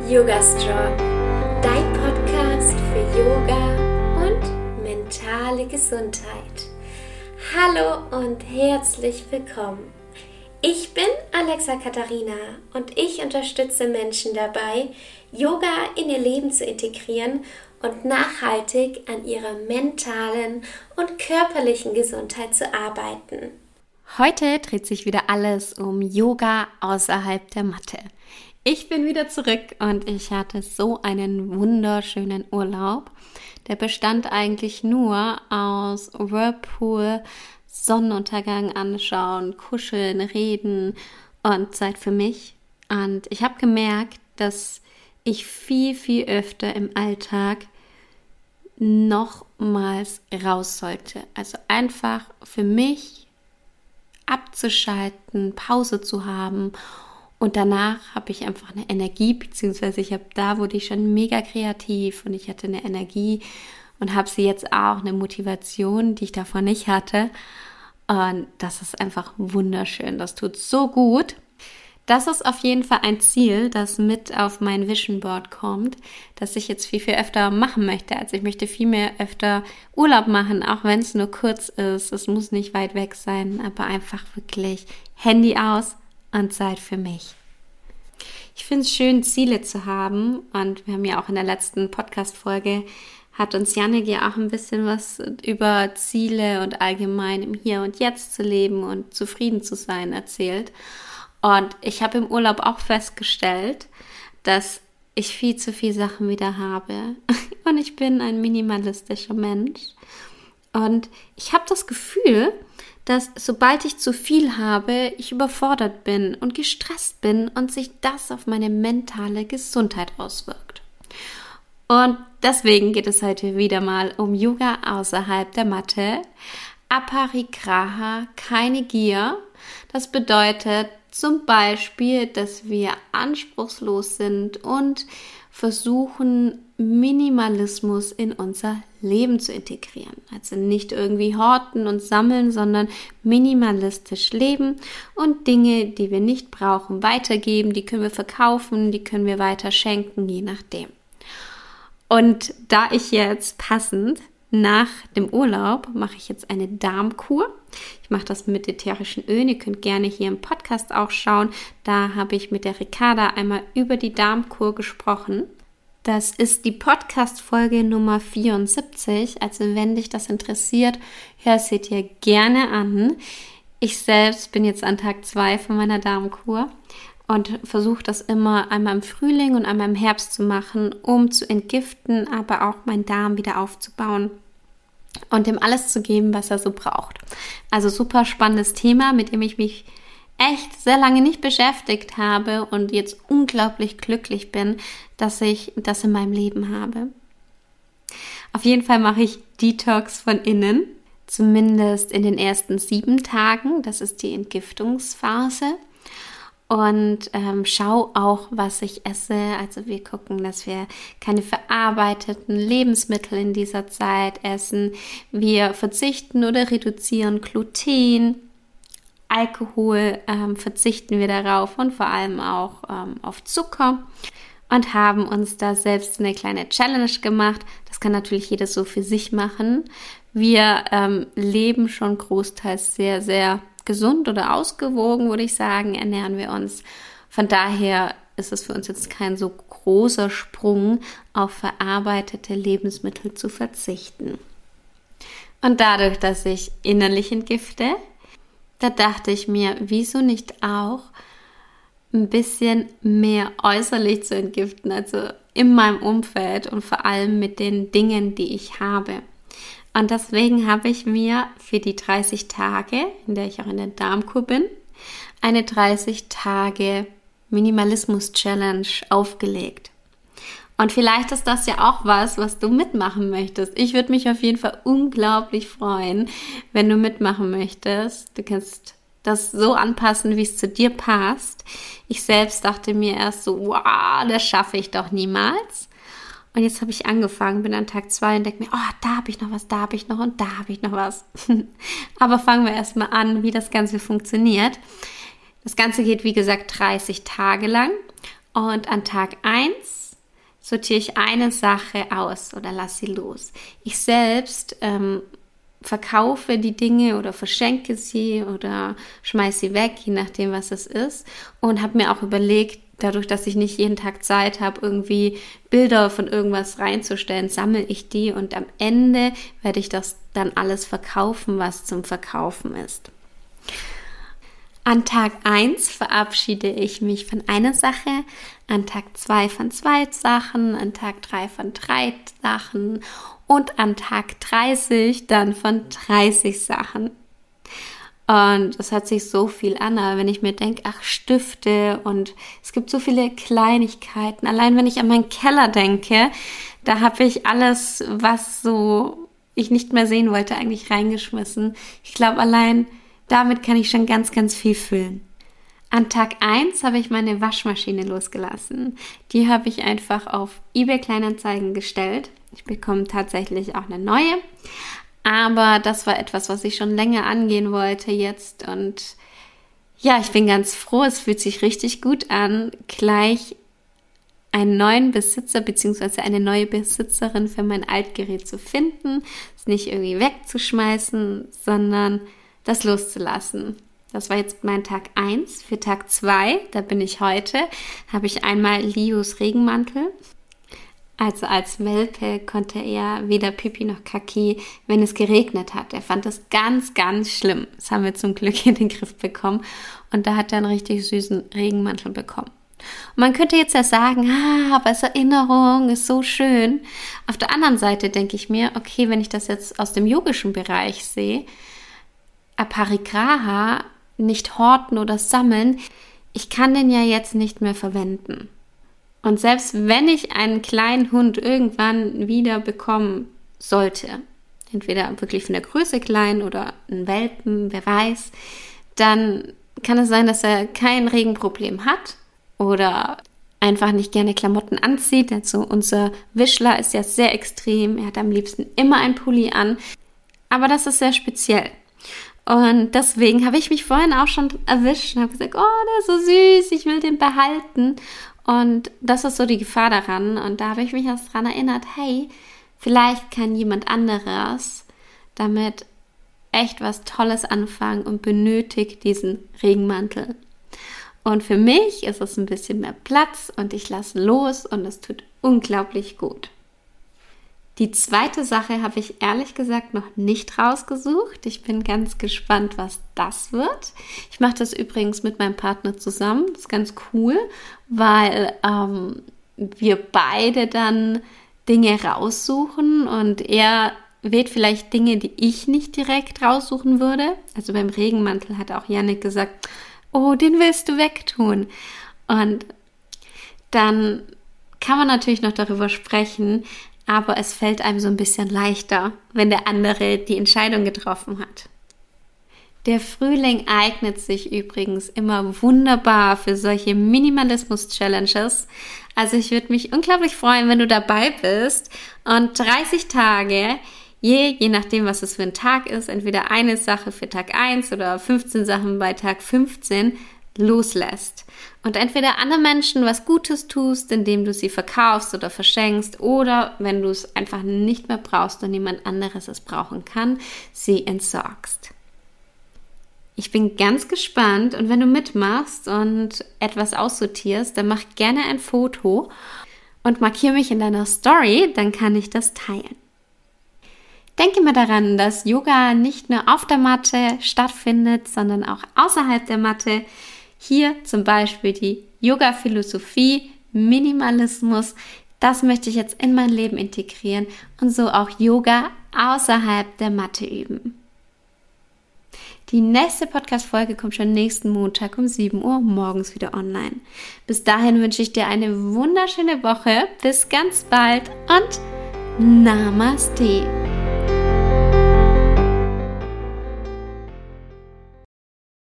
Yoga Strong, dein Podcast für Yoga und mentale Gesundheit. Hallo und herzlich willkommen. Ich bin Alexa Katharina und ich unterstütze Menschen dabei, Yoga in ihr Leben zu integrieren und nachhaltig an ihrer mentalen und körperlichen Gesundheit zu arbeiten. Heute dreht sich wieder alles um Yoga außerhalb der Matte. Ich bin wieder zurück und ich hatte so einen wunderschönen Urlaub. Der bestand eigentlich nur aus Whirlpool, Sonnenuntergang anschauen, kuscheln, reden und Zeit für mich. Und ich habe gemerkt, dass ich viel öfter im Alltag nochmals raus sollte. Also einfach für mich abzuschalten, Pause zu haben. Und danach habe ich einfach eine Energie, beziehungsweise da wurde ich schon mega kreativ und ich hatte eine Energie und habe sie jetzt auch, eine Motivation, die ich davor nicht hatte. Und das ist einfach wunderschön, das tut so gut. Das ist auf jeden Fall ein Ziel, das mit auf mein Vision Board kommt, das ich jetzt viel öfter machen möchte. Also ich möchte viel mehr öfter Urlaub machen, auch wenn es nur kurz ist. Es muss nicht weit weg sein, aber einfach wirklich Handy aus und Zeit für mich. Ich finde es schön, Ziele zu haben, und wir haben ja auch in der letzten Podcast-Folge hat uns Jannik ja auch ein bisschen was über Ziele und allgemein im Hier und Jetzt zu leben und zufrieden zu sein erzählt. Und ich habe im Urlaub auch festgestellt, dass ich viel zu viel Sachen wieder habe. Und ich bin ein minimalistischer Mensch. Und ich habe das Gefühl, dass sobald ich zu viel habe, ich überfordert bin und gestresst bin und sich das auf meine mentale Gesundheit auswirkt. Und deswegen geht es heute wieder mal um Yoga außerhalb der Matte. Aparigraha, keine Gier. Das bedeutet zum Beispiel, dass wir anspruchslos sind und versuchen, Minimalismus in unser Leben zu integrieren. Also nicht irgendwie horten und sammeln, sondern minimalistisch leben und Dinge, die wir nicht brauchen, weitergeben. Die können wir verkaufen, die können wir weiter schenken, je nachdem. Und da ich jetzt passend nach dem Urlaub mache ich jetzt eine Darmkur. Ich mache das mit ätherischen Ölen. Ihr könnt gerne hier im Podcast auch schauen. Da habe ich mit der Ricarda einmal über die Darmkur gesprochen. Das ist die Podcast-Folge Nummer 74. Also wenn dich das interessiert, hör sie dir gerne an. Ich selbst bin jetzt an Tag 2 von meiner Darmkur und versuche das immer einmal im Frühling und einmal im Herbst zu machen, um zu entgiften, aber auch meinen Darm wieder aufzubauen und ihm alles zu geben, was er so braucht. Also super spannendes Thema, mit dem ich mich echt sehr lange nicht beschäftigt habe und jetzt unglaublich glücklich bin, dass ich das in meinem Leben habe. Auf jeden Fall mache ich Detox von innen, zumindest in den ersten 7 Tagen. Das ist die Entgiftungsphase. Und schau auch, was ich esse. Also wir gucken, dass wir keine verarbeiteten Lebensmittel in dieser Zeit essen. Wir verzichten oder reduzieren Gluten, Alkohol verzichten wir darauf und vor allem auch auf Zucker. Und haben uns da selbst eine kleine Challenge gemacht. Das kann natürlich jeder so für sich machen. Wir leben schon großteils sehr gesund oder ausgewogen, würde ich sagen, ernähren wir uns. Von daher ist es für uns jetzt kein so großer Sprung, auf verarbeitete Lebensmittel zu verzichten. Und dadurch, dass ich innerlich entgifte, da dachte ich mir, wieso nicht auch ein bisschen mehr äußerlich zu entgiften, also in meinem Umfeld und vor allem mit den Dingen, die ich habe. Und deswegen habe ich mir für die 30 Tage, in der ich auch in der Darmkur bin, eine 30 Tage Minimalismus-Challenge aufgelegt. Und vielleicht ist das ja auch was du mitmachen möchtest. Ich würde mich auf jeden Fall unglaublich freuen, wenn du mitmachen möchtest. Du kannst das so anpassen, wie es zu dir passt. Ich selbst dachte mir erst so, wow, das schaffe ich doch niemals. Und jetzt habe ich angefangen, bin an Tag 2 und denke mir, oh, da habe ich noch was, da habe ich noch und da habe ich noch was. Aber fangen wir erstmal an, wie das Ganze funktioniert. Das Ganze geht, wie gesagt, 30 Tage lang. Und an Tag 1 sortiere ich eine Sache aus oder lasse sie los. Ich selbst verkaufe die Dinge oder verschenke sie oder schmeiße sie weg, je nachdem, was es ist. Und habe mir auch überlegt, dadurch, dass ich nicht jeden Tag Zeit habe, irgendwie Bilder von irgendwas reinzustellen, sammle ich die und am Ende werde ich das dann alles verkaufen, was zum Verkaufen ist. An Tag 1 verabschiede ich mich von einer Sache, an Tag 2 von 2 Sachen, an Tag 3 von 3 Sachen und an Tag 30 dann von 30 Sachen. Und das hört sich so viel an, aber wenn ich mir denke, ach, Stifte und es gibt so viele Kleinigkeiten. Allein wenn ich an meinen Keller denke, da habe ich alles, was so ich nicht mehr sehen wollte, eigentlich reingeschmissen. Ich glaube, allein damit kann ich schon ganz, ganz viel füllen. An Tag 1 habe ich meine Waschmaschine losgelassen. Die habe ich einfach auf eBay Kleinanzeigen gestellt. Ich bekomme tatsächlich auch eine neue. Aber das war etwas, was ich schon länger angehen wollte jetzt. Und ja, ich bin ganz froh. Es fühlt sich richtig gut an, gleich einen neuen Besitzer bzw. eine neue Besitzerin für mein Altgerät zu finden. Es nicht irgendwie wegzuschmeißen, sondern das loszulassen. Das war jetzt mein Tag 1. Für Tag 2, da bin ich heute, habe ich einmal Lios Regenmantel. Also als Welpe konnte er weder Pipi noch Kaki, wenn es geregnet hat. Er fand das ganz, ganz schlimm. Das haben wir zum Glück in den Griff bekommen. Und da hat er einen richtig süßen Regenmantel bekommen. Und man könnte jetzt ja sagen, aber als Erinnerung ist so schön. Auf der anderen Seite denke ich mir, okay, wenn ich das jetzt aus dem yogischen Bereich sehe, Aparigraha nicht horten oder sammeln, ich kann den ja jetzt nicht mehr verwenden. Und selbst wenn ich einen kleinen Hund irgendwann wieder bekommen sollte, entweder wirklich von der Größe klein oder einen Welpen, wer weiß, dann kann es sein, dass er kein Regenproblem hat oder einfach nicht gerne Klamotten anzieht. Also unser Wischler ist ja sehr extrem, er hat am liebsten immer ein Pulli an, aber das ist sehr speziell. Und deswegen habe ich mich vorhin auch schon erwischt und habe gesagt, oh, der ist so süß, ich will den behalten. Und das ist so die Gefahr daran. Und da habe ich mich erst daran erinnert, hey, vielleicht kann jemand anderes damit echt was Tolles anfangen und benötigt diesen Regenmantel. Und für mich ist es ein bisschen mehr Platz und ich lasse los und es tut unglaublich gut. Die zweite Sache habe ich ehrlich gesagt noch nicht rausgesucht. Ich bin ganz gespannt, was das wird. Ich mache das übrigens mit meinem Partner zusammen. Das ist ganz cool, weil wir beide dann Dinge raussuchen und er wählt vielleicht Dinge, die ich nicht direkt raussuchen würde. Also beim Regenmantel hat auch Yannick gesagt, oh, den willst du wegtun. Und dann kann man natürlich noch darüber sprechen, aber es fällt einem so ein bisschen leichter, wenn der andere die Entscheidung getroffen hat. Der Frühling eignet sich übrigens immer wunderbar für solche Minimalismus-Challenges. Also ich würde mich unglaublich freuen, wenn du dabei bist und 30 Tage, je nachdem, was es für ein Tag ist, entweder eine Sache für Tag 1 oder 15 Sachen bei Tag 15, loslässt. Und entweder anderen Menschen was Gutes tust, indem du sie verkaufst oder verschenkst, oder wenn du es einfach nicht mehr brauchst und niemand anderes es brauchen kann, sie entsorgst. Ich bin ganz gespannt und wenn du mitmachst und etwas aussortierst, dann mach gerne ein Foto und markiere mich in deiner Story, dann kann ich das teilen. Denke mal daran, dass Yoga nicht nur auf der Matte stattfindet, sondern auch außerhalb der Matte. Hier zum Beispiel die Yoga-Philosophie, Minimalismus, das möchte ich jetzt in mein Leben integrieren und so auch Yoga außerhalb der Matte üben. Die nächste Podcast-Folge kommt schon nächsten Montag um 7 Uhr morgens wieder online. Bis dahin wünsche ich dir eine wunderschöne Woche. Bis ganz bald und Namaste.